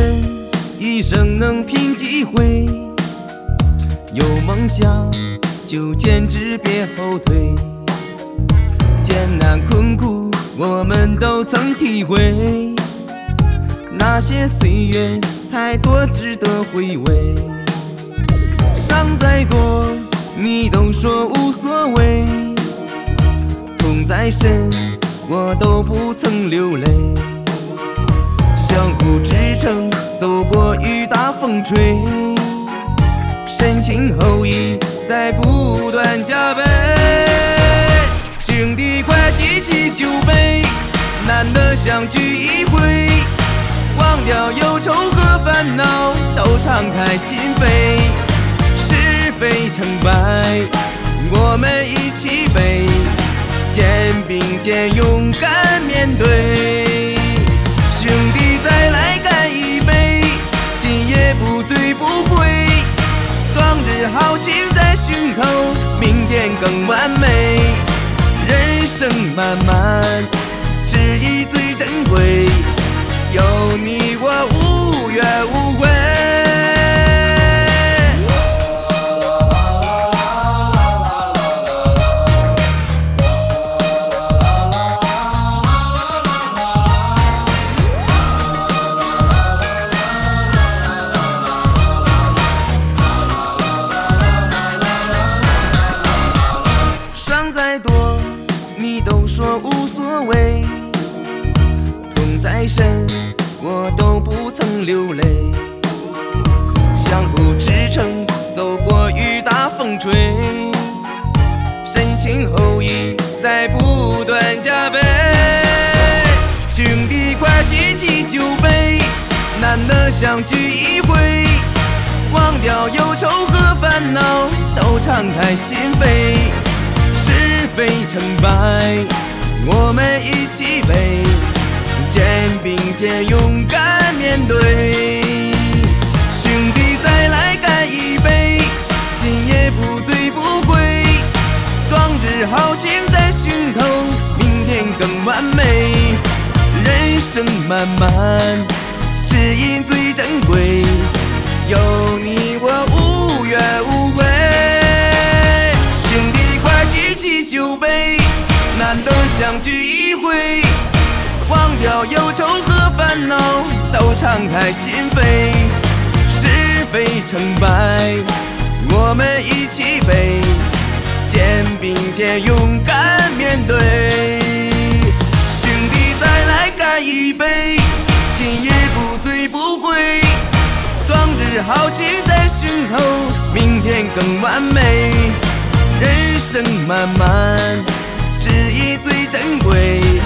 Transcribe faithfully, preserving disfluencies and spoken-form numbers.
一生能拼几回，有梦想就坚持别后退，艰难困苦我们都曾体会，那些岁月太多值得回味，伤再多你都说无所谓，痛再深我都不曾流泪，相互支撑走过雨打风吹，深情厚谊在不断加倍，兄弟快举起酒杯，难得相聚一回，忘掉忧愁和烦恼，都敞开心扉，是非成败我们一起背，肩并肩勇敢面对，兄弟再来干一杯，今夜不醉不归，壮志豪情在胸口，明天更完美，人生漫漫只意最珍贵，有你我无怨无悔。伤再多你都说无所谓，痛再深我都不曾流泪，相互支撑走过雨打风吹，深情厚谊在不断加倍，兄弟快举起酒杯，难得相聚一回，忘掉忧愁和烦恼，都敞开心扉，是非成败我们一起背，肩并肩勇敢面对，兄弟再来干一杯，今夜不醉不归，壮志豪情在胸口，明天更完美，人生漫漫只因最珍贵，有你我无怨无悔，兄弟快举起酒杯，难得相聚一回，忘掉忧愁和烦恼，都敞开心扉，是非成败我们一起背，肩并肩勇敢面对，兄弟再来干一杯，今夜不醉不归，壮志豪情在胸口，明天更完美，人生漫漫只以最珍贵。